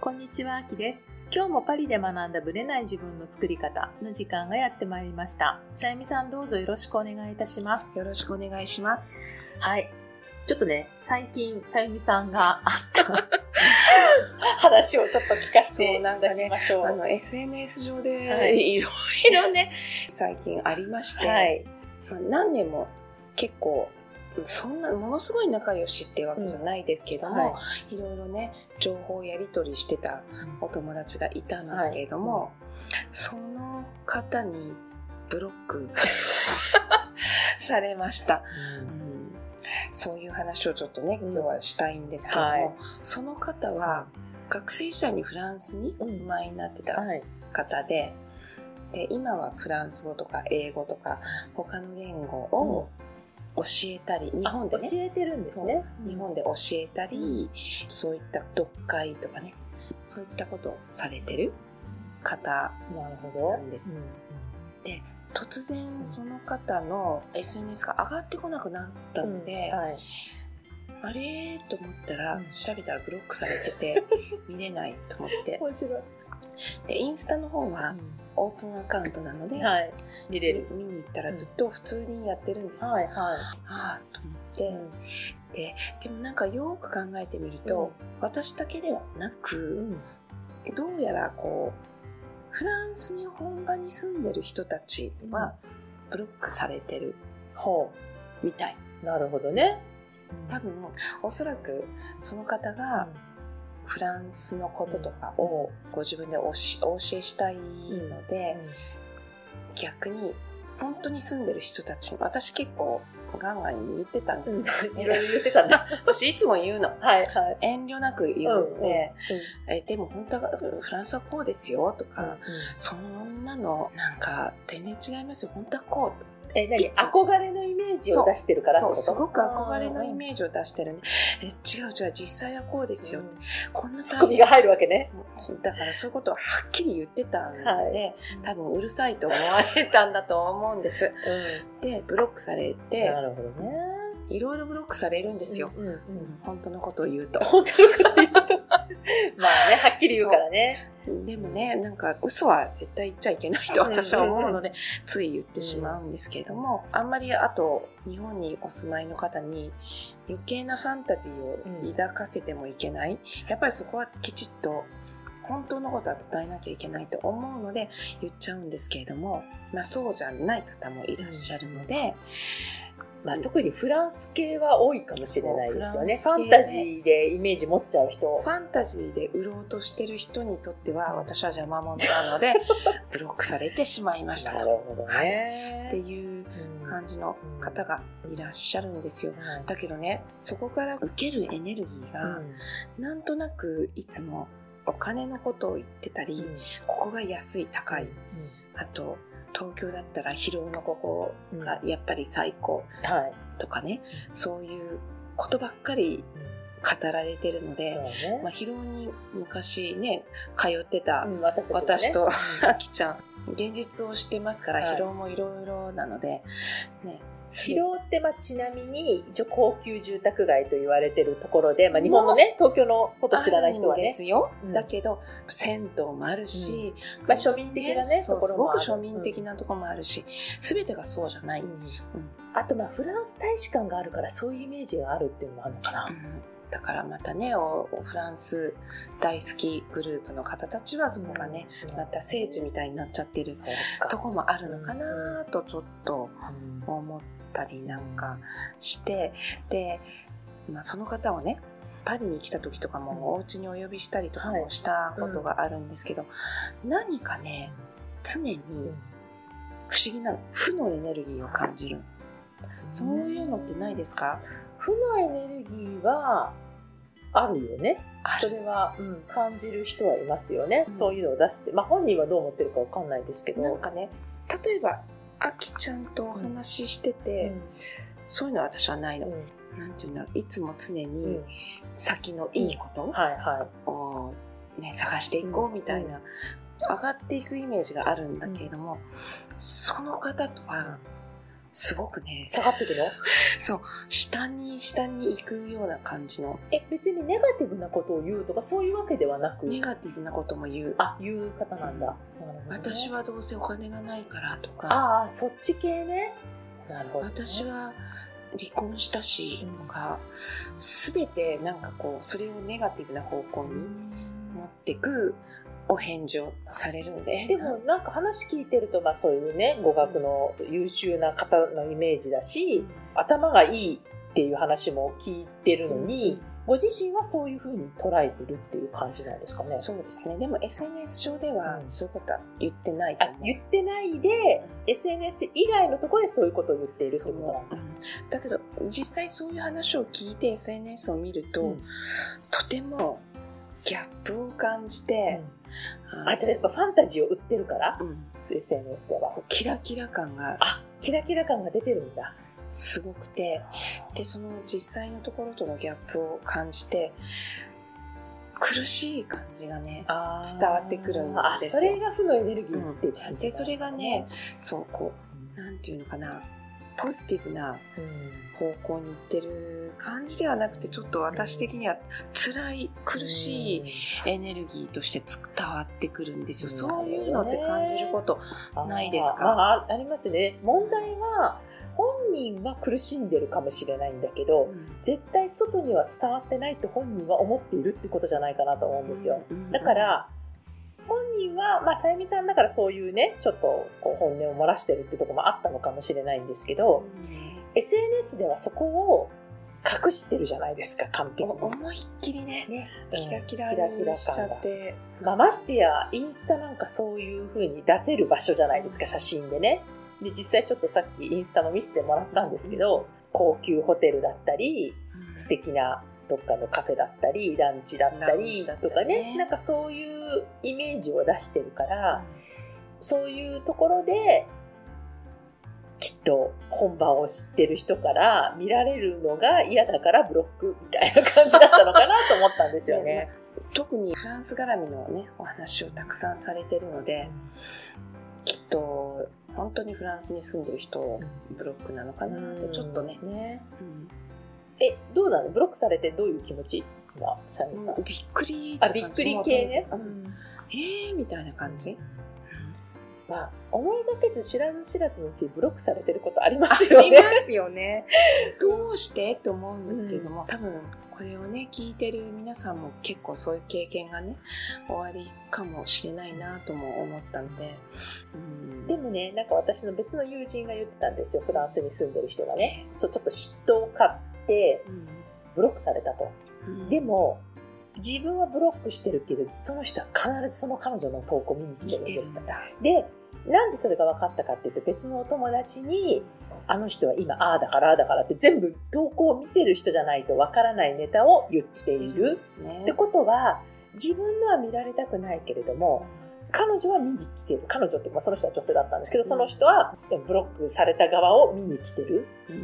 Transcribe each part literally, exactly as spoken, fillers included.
こんにちは、あきです。今日もパリで学んだブレない自分の作り方の時間がやってまいりました。さゆみさん、どうぞよろしくお願いいたします。 よろしくお願いします。 はい。ちょっとね、最近さゆみさんがあった話をちょっと聞かせていただきましょう。 あの エスエヌエス 上で、 はい、 いろいろね最近ありまして、はい、まあ、何年も結構そんなものすごい仲良しっていうわけじゃないですけども、うんはい、いろいろね情報やり取りしてたお友達がいたんですけれども、はいうん、その方にブロックされました、うん、そういう話をちょっとね今日はしたいんですけども、はい、その方は学生時代にフランスにお住まいになってた方で、うんはい、で今はフランス語とか英語とか他の言語を、うん教えたり日本でね教えてるんですね、 日本で教えたり、うん、そういった読解とかねそういったことをされてる方なんです。なるほど、うん、で突然その方の エスエヌエス が上がってこなくなったので、うんはい、あれと思ったら、うん、調べたらブロックされてて見れないと思って面白いでインスタの方は、うんオープンアカウントなので、 はい、見れる見に行ったらずっと普通にやってるんですよ、 うんはいはい、 ああと思って、うん、で, でもなんかよく考えてみると、うん、私だけではなく、うん、どうやらこうフランスに本場に住んでる人たちはブロックされてる方みたい、 うん、なるほどね、 多分おそらくその方が、うんフランスのこととかをご自分でおしお教えしたいので、うんうん、逆に本当に住んでる人たちに私結構ガンガン言ってたんですよ、 うん、いろいろ言ってたんだ私いつも言うの、 はいはい、 遠慮なく言うので、うんうん、えでも本当はフランスはこうですよとか、うんうん、そんなのなんか全然違いますよ本当はこうとかえ、何憧れのイメージを出してるからってこと？ そう、すごく憧れのイメージを出してるんで、え違う違う実際はこうですよって、うん、こんなツッコミが入るわけね。 だからそういうことをはっきり言ってたんで、はい、多分うるさいと思われたんだと思うんです、うん、でブロックされて、 なるほどね、 いろいろブロックされるんですよ、うんうんうん、本当のことを言うと本当のことを言うとまあねはっきり言うからね。 でもねなんか嘘は絶対言っちゃいけないと私は思うのでつい言ってしまうんですけれども、あんまりあと日本にお住まいの方に余計なファンタジーを抱かせてもいけない、やっぱりそこはきちっと本当のことは伝えなきゃいけないと思うので言っちゃうんですけれども、まあ、そうじゃない方もいらっしゃるので、 まあ、特にフランス系は多いかもしれないですよね。ファンタジーでイメージ持っちゃう人、 ファンタジーで売ろうとしてる人にとっては私は邪魔者なのでブロックされてしまいましたとなるほど、ねはい、 っていう感じの方がいらっしゃるんですよ、うん、だけどねそこから受けるエネルギーが、うん、なんとなくいつもお金のことを言ってたり、うん、ここが安い高い、うん、あと東京だったら広尾のここがやっぱり最高とかね、うん、そういうことばっかり語られてるので、うんねまあ、広尾に昔ね通ってた、うん私ね、私とあきちゃん現実をしてますから、はい、広尾もいろいろなのでね広尾って、まあ、ちなみに一応高級住宅街と言われてるところで、まあ、日本のね東京のこと知らない人はねですよ、うん、だけど銭湯もあるし、 うんまあ、庶民的なねところもあるすごく庶民的なところもあるし、うん、全てがそうじゃない、うんうん、 あとまあフランス大使館があるからそういうイメージがあるっていうのもあるのかな、うんだからまたねおフランス大好きグループの方たちはそこがね、うん、また聖地みたいになっちゃってるとこもあるのかなとちょっと思ったりなんかしてで、まあ、その方をねパリに来た時とかもお家にお呼びしたりとかもしたことがあるんですけど、うん、何かね常に不思議な負のエネルギーを感じる、うん、そういうのってないですか？ 負のエネルギーはあるよね。それは、うん、感じる人はいますよね、うん、そういうのを出して、まあ、本人はどう思ってるかわかんないですけどなんかね例えばあきちゃんとお話ししてて、うん、そういうのは私はないの、うん、なんていうんだろういつも常に先のいいことを、ね、探していこうみたいな、うん、上がっていくイメージがあるんだけれども、うん、その方とはすごくね下がっていくの？ そう、下に下に行くような感じの。 え、別にネガティブなことを言うとかそういうわけではなく、 ネガティブなことも言う。 あ、言う方なんだ。 うん、なるほどね、私はどうせお金がないからとか。 ああ、そっち系ね。なるほど、ね。 私は離婚したしとか、すべ、うん、てなんかこうそれをネガティブな方向に持ってくお返事をされるんで。 でもなんか話聞いてると、まあそういうね、語学の優秀な方のイメージだし、頭がいいっていう話も聞いてるのに、うん、ご自身はそういう風に捉えてるっていう感じなんですかね。 そうですね。でも エスエヌエス 上ではそういうことは言ってないと思う。 あ、言ってないで、うん、エスエヌエス 以外のところでそういうことを言っているってことなんだ。 うん、だけど実際そういう話を聞いて エスエヌエス を見ると、うん、とてもギャップを感じて、 うん、あ、じゃあやっぱファンタジーを売ってるから、うん、エスエヌエス ではキラキラ感が、 あ、キラキラ感が出てるんだ。 すごくて、でその実際のところとのギャップを感じて苦しい感じがね伝わってくるんですよ。 あ、それが負のエネルギーっていう感じ、ね、 うん、でそれがね、そうこうなんていうのかな、ポジティブな方向に行ってる感じではなくて、ちょっと私的には辛い苦しいエネルギーとして伝わってくるんですよ。そういうのって感じることないですか？ あ、あ、ありますね。問題は本人は苦しんでるかもしれないんだけど、うん、絶対外には伝わってないと本人は思っているってことじゃないかなと思うんですよ。うんうんうん、だから本人は、まあ、さゆみさんだからそういうね、ちょっとこう本音を漏らしてるってところもあったのかもしれないんですけど、うん、エスエヌエス ではそこを隠してるじゃないですか、完璧に。 思いっきりね、ね、キラキラにしちゃって。 まあ、ましてや、インスタなんかそういう風に出せる場所じゃないですか、写真でね。で、実際ちょっとさっきインスタの見せてもらったんですけど、うん、高級ホテルだったり、うん、素敵などっかのカフェだったり、ランチだったりとかね、なんかそういうイメージを出してるから、うん、そういうところで、きっと本場を知ってる人から見られるのが嫌だからブロックみたいな感じだったのかなと思ったんですよね。 特にフランス絡みのね、お話をたくさんされてるので、きっと本当にフランスに住んでる人ブロックなのかなってちょっとね。ね、うん、 え、どうなの？ブロックされてどういう気持ち？今、さゆみさん。 びっくり。 あ、びっくり系ね。 うん、えーみたいな感じ。 まあ、思いがけず知らず知らずのうちブロックされてることありますよね。 ありますよね。どうしてって思うんですけども、うん、多分これをね聞いてる皆さんも結構そういう経験がね終わりかもしれないなとも思ったので、 うん、でもね、なんか私の別の友人が言ってたんですよ。フランスに住んでる人がね、そうちょっと嫉妬を買ってブロックされたと、うん、でも自分はブロックしてるけど、その人は必ずその彼女の投稿見に来てるんです。で、なんでそれが分かったかっていうと、別のお友達に、あの人は今ああだからああだからって全部投稿を見てる人じゃないと分からないネタを言っている、ね、ってことは、自分のは見られたくないけれども、彼女は見に来てる。彼女って、まあ、その人は女性だったんですけど、その人はブロックされた側を見に来てる。うん、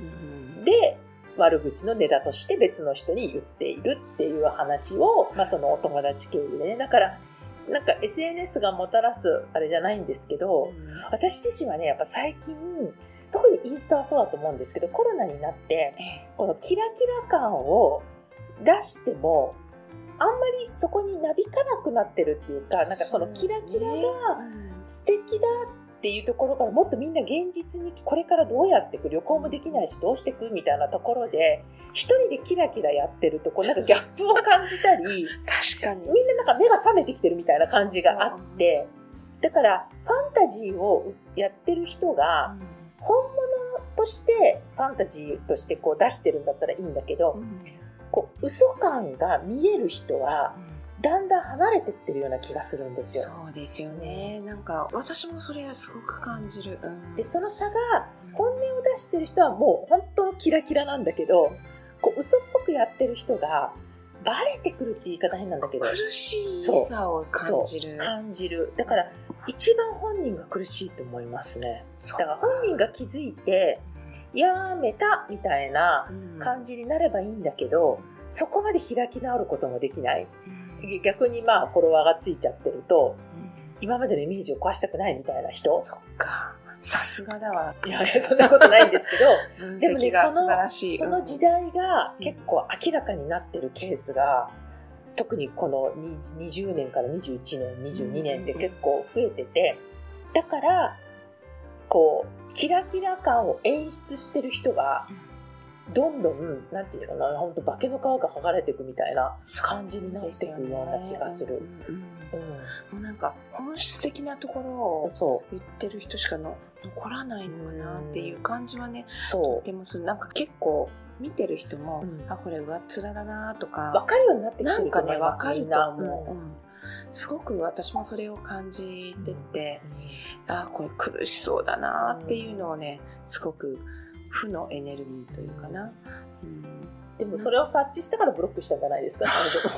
で、悪口のネタとして別の人に言っているっていう話を、まあ、そのお友達経由でね。だからなんか エスエヌエス がもたらすあれじゃないんですけど、うん、私自身はね、やっぱ最近特にインスタはそうだと思うんですけど、コロナになってこのキラキラ感を出してもあんまりそこになびかなくなってるっていうか、なんかそのキラキラが素敵だっていうところから、もっとみんな現実にこれからどうやっていく、旅行もできないしどうしていくみたいなところで一人でキラキラやってると、こうなんかギャップを感じたり確かにみんななんか目が覚めてきてるみたいな感じがあって、だからファンタジーをやってる人が本物としてファンタジーとしてこう出してるんだったらいいんだけど、こう嘘感が見える人はだんだん離れてってるような気がするんですよ。 そうですよね。なんか私もそれはすごく感じる。うん、 でその差が、本音を出してる人はもう本当のキラキラなんだけど、こう嘘っぽくやってる人がバレてくるって言い方変なんだけど、 苦しさを感じる。 感じる。だから一番本人が苦しいと思いますね。だから本人が気づいてやめたみたいな感じになればいいんだけど、うん、そこまで開き直ることもできない。逆にまあフォロワーがついちゃってると、うん、今までのイメージを壊したくないみたいな人、 そっかさすがだわ。 いやそんなことないんですけどでもね、 その、 そその時代が結構明らかになってるケースが、うん、特にこのにじゅうねんからにじゅういちねん、にじゅうにねんって結構増えてて、だからこうキラキラ感を演出してる人がどんどんなんていうのかな、本当化けの皮が剥がれていくみたいな感じになっていくような気がする。 うんうんうん、もうなんか本質的なところを言ってる人しかの残らないのかなっていう感じはね、 そうでもそのなんか結構見てる人も、うん、あこれ上っ面だなとか分かるようになってきてると思います。 なんかね分かると思う、うん、すごく私もそれを感じてて、うん、あこれ苦しそうだなっていうのをねすごく負のエネルギーというかな、うん、 でもそれを察知したからブロックしたんじゃないですか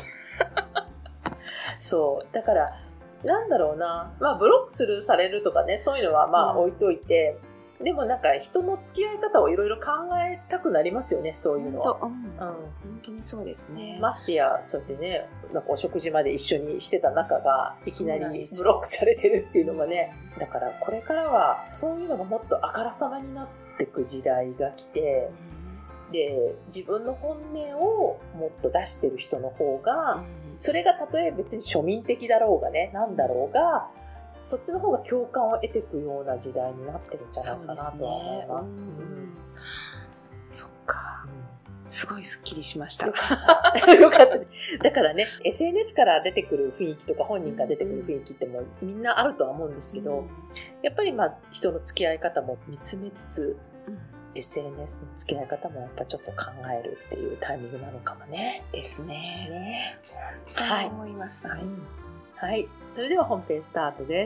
そうだからなんだろうな、まあブロックするされるとかね、そういうのはまあ置いといて、うん、でもなんか人の付き合い方をいろいろ考えたくなりますよね、そういうのは。 本当、うんうん、本当にそうですね。 ましてやそうやってね、なんかお食事まで一緒にしてた仲がいきなりブロックされてるっていうのがね、だからこれからはそういうのがもっとあからさまになっていく時代が来て、うん、で自分の本音をもっと出してる人の方が、うん、それがたとえ別に庶民的だろうがね、なんだろうが、そっちの方が共感を得ていくような時代になってるんじゃないかなとは思います。そうですね。うん、 そっか、うん、すごいスッキリしました。 よかった。よかった。だからね、エスエヌエス から出てくる雰囲気とか本人から出てくる雰囲気ってもうみんなあるとは思うんですけど、うん、やっぱりまあ人の付き合い方も見つめつつ、うん、エスエヌエス の付き合い方もやっぱちょっと考えるっていうタイミングなのかもね。 ですね。 ね、 はい。思います。はい。 はい。それでは本編スタートです。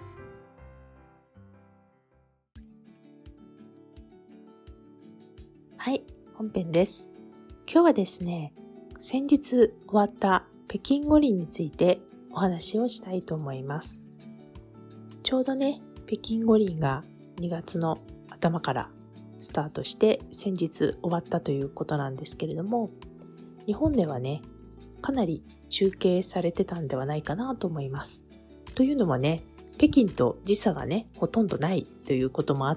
はい、本編です。今日はですね、先日終わった北京五輪についてお話をしたいと思います。ちょうどね、北京五輪がにがつの頭からスタートして先日終わったということなんですけれども、日本ではね、かなり中継されてたんではないかなと思います。というのもね、北京と時差がね、ほとんどないということもあって、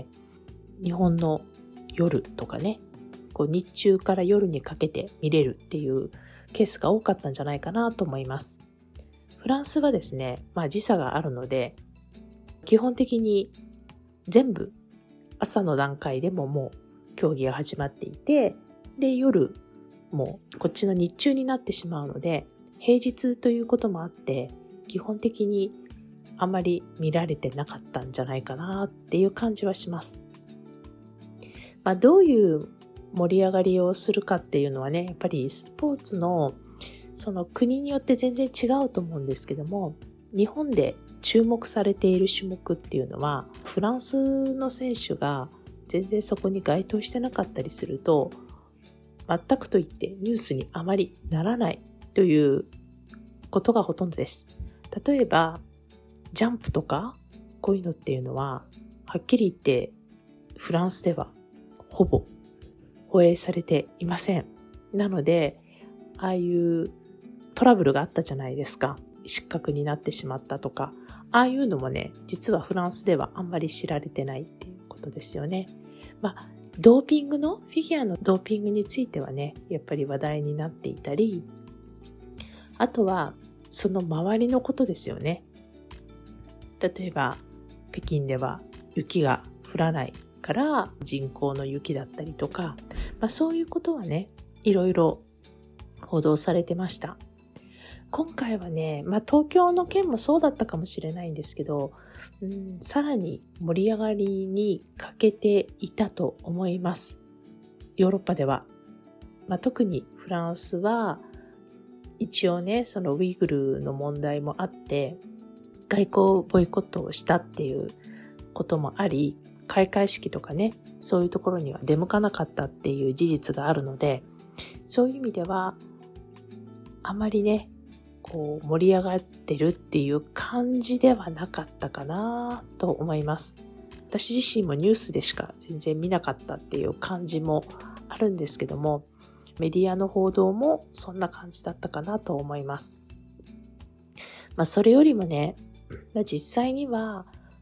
日本の夜とかね、こう日中から夜にかけて見れるっていうケースが多かったんじゃないかなと思います。フランスはですね、まあ時差があるので、基本的に全部朝の段階でももう競技が始まっていて、で夜もうこっちの日中になってしまうので、平日ということもあって基本的にあまり見られてなかったんじゃないかなっていう感じはします。まあ、どういう盛り上がりをするかっていうのはね、やっぱりスポーツのその国によって全然違うと思うんですけども、日本で注目されている種目っていうのはフランスの選手が全然そこに該当してなかったりすると、全くと言ってニュースにあまりならないということがほとんどです。例えばジャンプとかこういうのっていうのははっきり言ってフランスではほぼ放映されていません。なのでああいうトラブルがあったじゃないですか。失格になってしまったとか、ああいうのもね、実はフランスではあんまり知られてないっていうことですよね。まあドーピングの、フィギュアのドーピングについてはね、やっぱり話題になっていたり、あとはその周りのことですよね。例えば北京では雪が降らないから人工の雪だったりとか、まあ、そういうことはね、いろいろ報道されてました。今回はね、まあ、東京の件もそうだったかもしれないんですけど、うん、さらに盛り上がりに欠けていたと思います。ヨーロッパでは。まあ、特にフランスは一応ね、そのウイグルの問題もあって、外交ボイコットをしたっていうこともあり、開会式とかね、そういうところには出向かなかったっていう事実があるので、そういう意味ではあまりね、こう盛り上がってるっていう感じではなかったかなと思います。私自身もニュースでしか全然見なかったっていう感じもあるんですけども、メディアの報道もそんな感じだったかなと思います。まあそれよりもね、実際には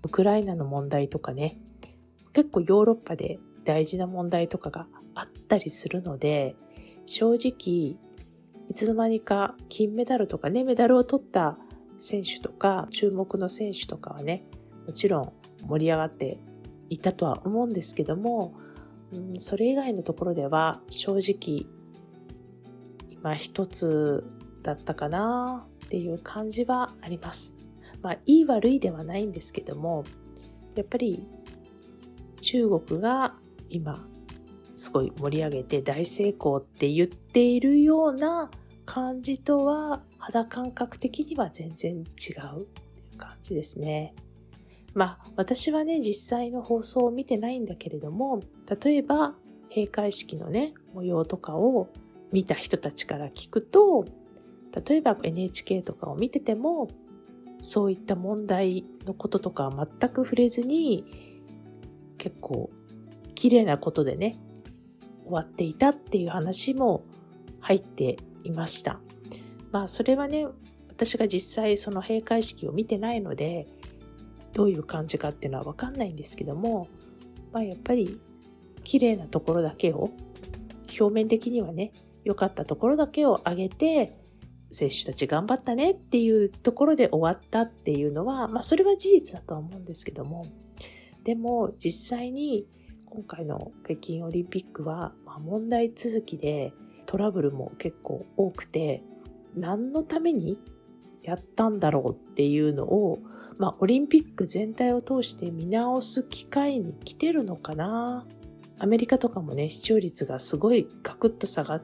ウクライナの問題とかね、結構ヨーロッパで大事な問題とかがあったりするので、正直いつの間にか金メダルとかね、メダルを取った選手とか注目の選手とかはね、もちろん盛り上がっていたとは思うんですけども、うん、それ以外のところでは正直今一つだったかなっていう感じはあります。まあいい悪いではないんですけども、やっぱり中国が今すごい盛り上げて大成功って言っているような感じとは肌感覚的には全然違うっていう感じですね。まあ私はね実際の放送を見てないんだけれども、例えば閉会式のね模様とかを見た人たちから聞くと、例えば エヌエイチケー とかを見ててもそういった問題のこととかは全く触れずに、結構綺麗なことでね終わっていたっていう話も入っていました。まあそれはね、私が実際その閉会式を見てないのでどういう感じかっていうのは分かんないんですけども、まあやっぱり綺麗なところだけを、表面的にはね良かったところだけを上げて、選手たち頑張ったねっていうところで終わったっていうのは、まあそれは事実だとは思うんですけども、でも実際に今回の北京オリンピックは問題続きでトラブルも結構多くて、何のためにやったんだろうっていうのを、まあオリンピック全体を通して見直す機会に来てるのかな。アメリカとかもね視聴率がすごいガクッと下がって、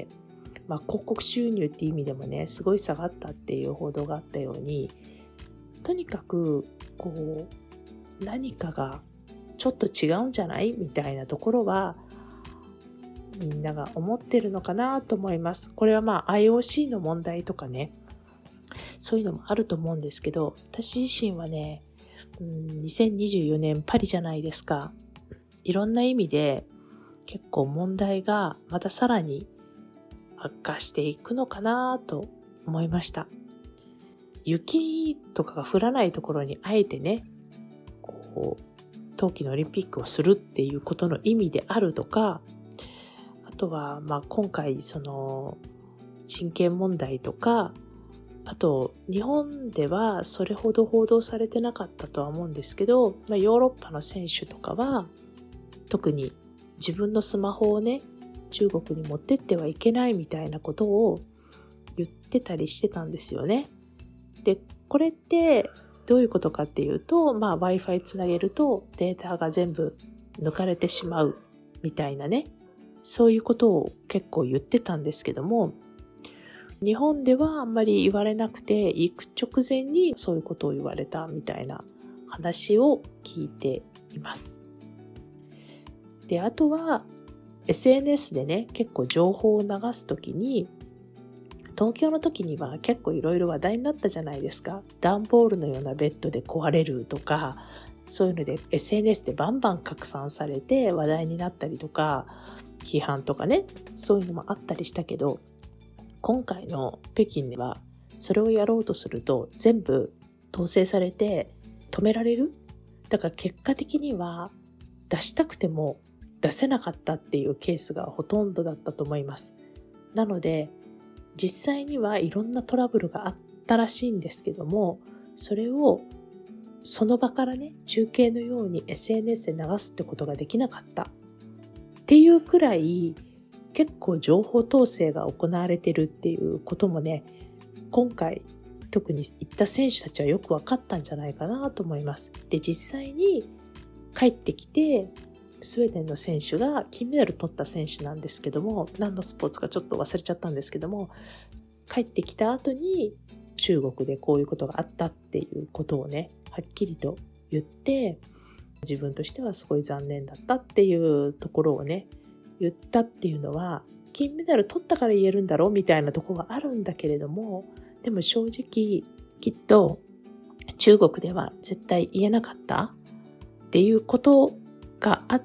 まあ、広告収入っていう意味でもねすごい下がったっていう報道があったように、とにかくこう何かがちょっと違うんじゃないみたいなところはみんなが思ってるのかなと思います。これはまあ アイオーシー の問題とかね、そういうのもあると思うんですけど、私自身はね、うん、にせんにじゅうよねんパリじゃないですか。いろんな意味で結構問題がまたさらに悪化していくのかなと思いました。雪とかが降らないところにあえてね、こう冬季のオリンピックをするっていうことの意味であるとか、あとはまあ今回その人権問題とか、あと日本ではそれほど報道されてなかったとは思うんですけど、まあ、ヨーロッパの選手とかは特に自分のスマホをね中国に持ってってはいけないみたいなことを言ってたりしてたんですよね。で、これってどういうことかっていうと、まあ Wi-Fi つなげるとデータが全部抜かれてしまうみたいなね、そういうことを結構言ってたんですけども、日本ではあんまり言われなくて、行く直前にそういうことを言われたみたいな話を聞いています。で、あとは エスエヌエス でね、結構情報を流すときに、東京の時には結構いろいろ話題になったじゃないですか。段ボールのようなベッドで壊れるとか、そういうので エスエヌエス でバンバン拡散されて話題になったりとか、批判とかね、そういうのもあったりしたけど、今回の北京ではそれをやろうとすると全部統制されて止められる。だから結果的には出したくても出せなかったっていうケースがほとんどだったと思います。なので実際にはいろんなトラブルがあったらしいんですけども、それをその場からね、中継のように エスエヌエス で流すってことができなかったっていうくらい、結構情報統制が行われてるっていうこともね、今回特に行った選手たちはよく分かったんじゃないかなと思います。で、実際に帰ってきて、スウェーデンの選手が金メダル取った選手なんですけども、何のスポーツかちょっと忘れちゃったんですけども、帰ってきた後に中国でこういうことがあったっていうことをね、はっきりと言って、自分としてはすごい残念だったっていうところをね、言ったっていうのは、金メダル取ったから言えるんだろうみたいなところがあるんだけれども、でも正直きっと中国では絶対言えなかったっていうことがあって、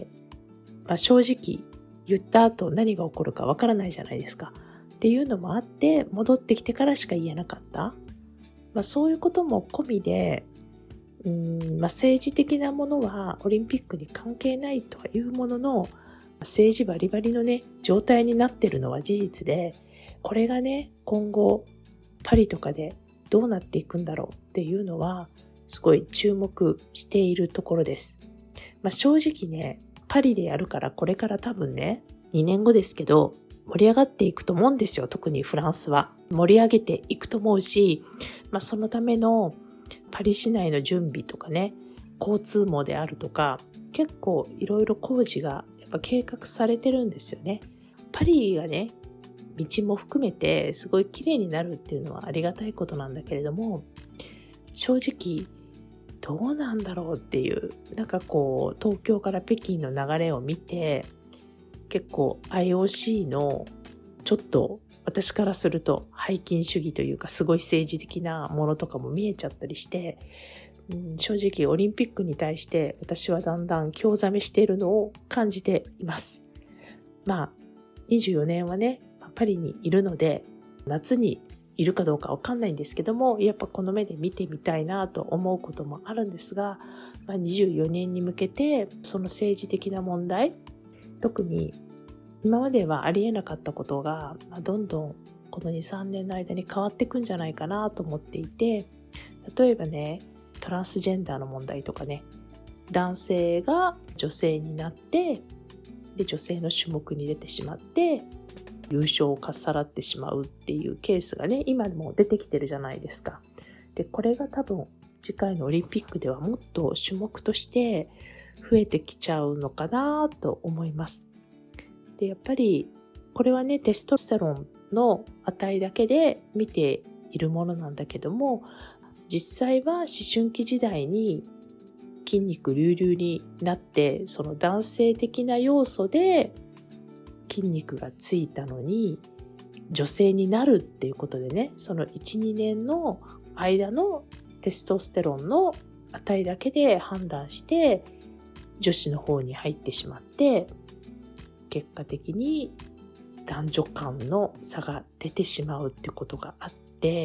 まあ、正直言った後何が起こるかわからないじゃないですかっていうのもあって、戻ってきてからしか言えなかった、まあ、そういうことも込みでうーん、まあ、政治的なものはオリンピックに関係ないとはいうものの、政治バリバリのね、状態になってるのは事実で、これがね、今後パリとかでどうなっていくんだろうっていうのは、すごい注目しているところです。まあ、正直ね、パリでやるからこれから多分ね、にねんごですけど、盛り上がっていくと思うんですよ。特にフランスは。盛り上げていくと思うし、まあ、そのためのパリ市内の準備とかね、交通網であるとか、結構いろいろ工事がやっぱ計画されてるんですよね。パリがね、道も含めてすごい綺麗になるっていうのはありがたいことなんだけれども、正直どうなんだろうっていう、なんかこう東京から北京の流れを見て、結構 アイオーシー のちょっと私からすると背筋主義というかすごい政治的なものとかも見えちゃったりして、うん、正直オリンピックに対して私はだんだん興ざめしているのを感じています。まあにじゅうよねんはね、パリにいるので夏にいるかどうかわかんないんですけども、やっぱこの目で見てみたいなと思うこともあるんですが、まあ、にじゅうよねんに向けてその政治的な問題、特に今まではありえなかったことが、まあ、どんどんこのに、さんねんの間に変わっていくんじゃないかなと思っていて、例えばね、トランスジェンダーの問題とかね、男性が女性になって、で女性の種目に出てしまって、優勝をかっさらってしまうっていうケースがね、今でも出てきてるじゃないですか。で、これが多分次回のオリンピックではもっと種目として増えてきちゃうのかなと思います。で、やっぱりこれはね、テストステロンの値だけで見ているものなんだけども、実際は思春期時代に筋肉隆々になって、その男性的な要素で筋肉がついたのに女性になるっていうことでね、そのいち、にねんの間のテストステロンの値だけで判断して女子の方に入ってしまって、結果的に男女間の差が出てしまうってことがあって、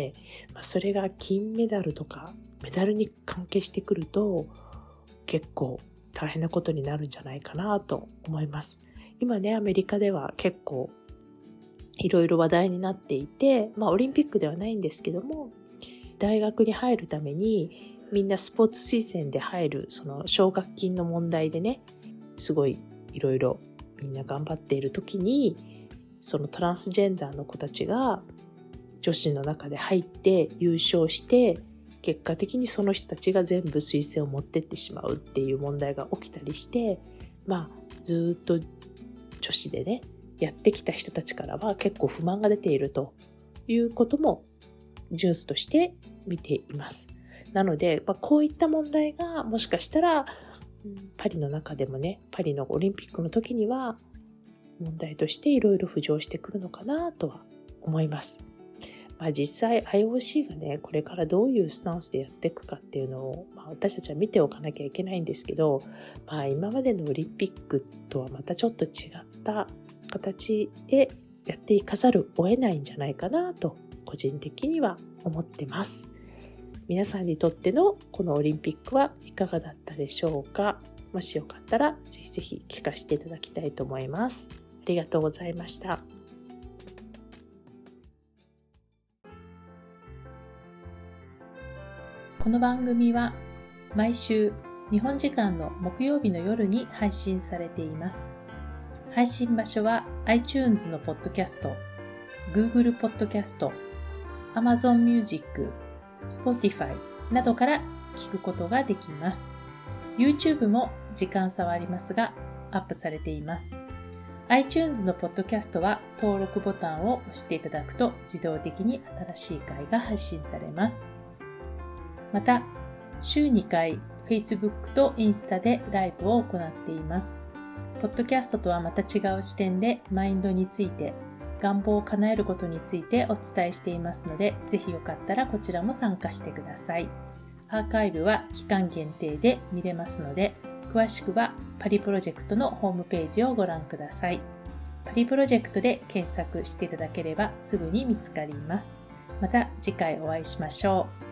まあ、それが金メダルとかメダルに関係してくると結構大変なことになるんじゃないかなと思います。今ね、アメリカでは結構いろいろ話題になっていて、まあオリンピックではないんですけども、大学に入るためにみんなスポーツ推薦で入るその奨学金の問題でね、すごいいろいろみんな頑張っている時に、そのトランスジェンダーの子たちが女子の中で入って優勝して、結果的にその人たちが全部推薦を持ってってしまうっていう問題が起きたりして、まあずっと女子でねやってきた人たちからは結構不満が出ているということもニュースとして見ています。なので、まあ、こういった問題がもしかしたらパリの中でもね、パリのオリンピックの時には問題としていろいろ浮上してくるのかなとは思います。まあ、実際 アイオーシー がね、これからどういうスタンスでやっていくかっていうのを、まあ、私たちは見ておかなきゃいけないんですけど、まあ、今までのオリンピックとはまたちょっと違った形でやっていかざるを得ないんじゃないかなと個人的には思ってます。皆さんにとってのこのオリンピックはいかがだったでしょうか。もしよかったらぜひぜひ聞かせていただきたいと思います。ありがとうございました。 この番組は毎週日本時間の木曜日の夜に配信されています。配信場所は iTunes のポッドキャスト、Google ポッドキャスト、Amazon Music、Spotify などから聞くことができます。YouTube も時間差はありますがアップされています。iTunes のポッドキャストは登録ボタンを押していただくと自動的に新しい回が配信されます。また、週にかい Facebook とインスタでライブを行っています。ポッドキャストとはまた違う視点でマインドについて、願望を叶えることについてお伝えしていますので、ぜひよかったらこちらも参加してください。アーカイブは期間限定で見れますので、詳しくはパリプロジェクトのホームページをご覧ください。パリプロジェクトで検索していただければすぐに見つかります。また次回お会いしましょう。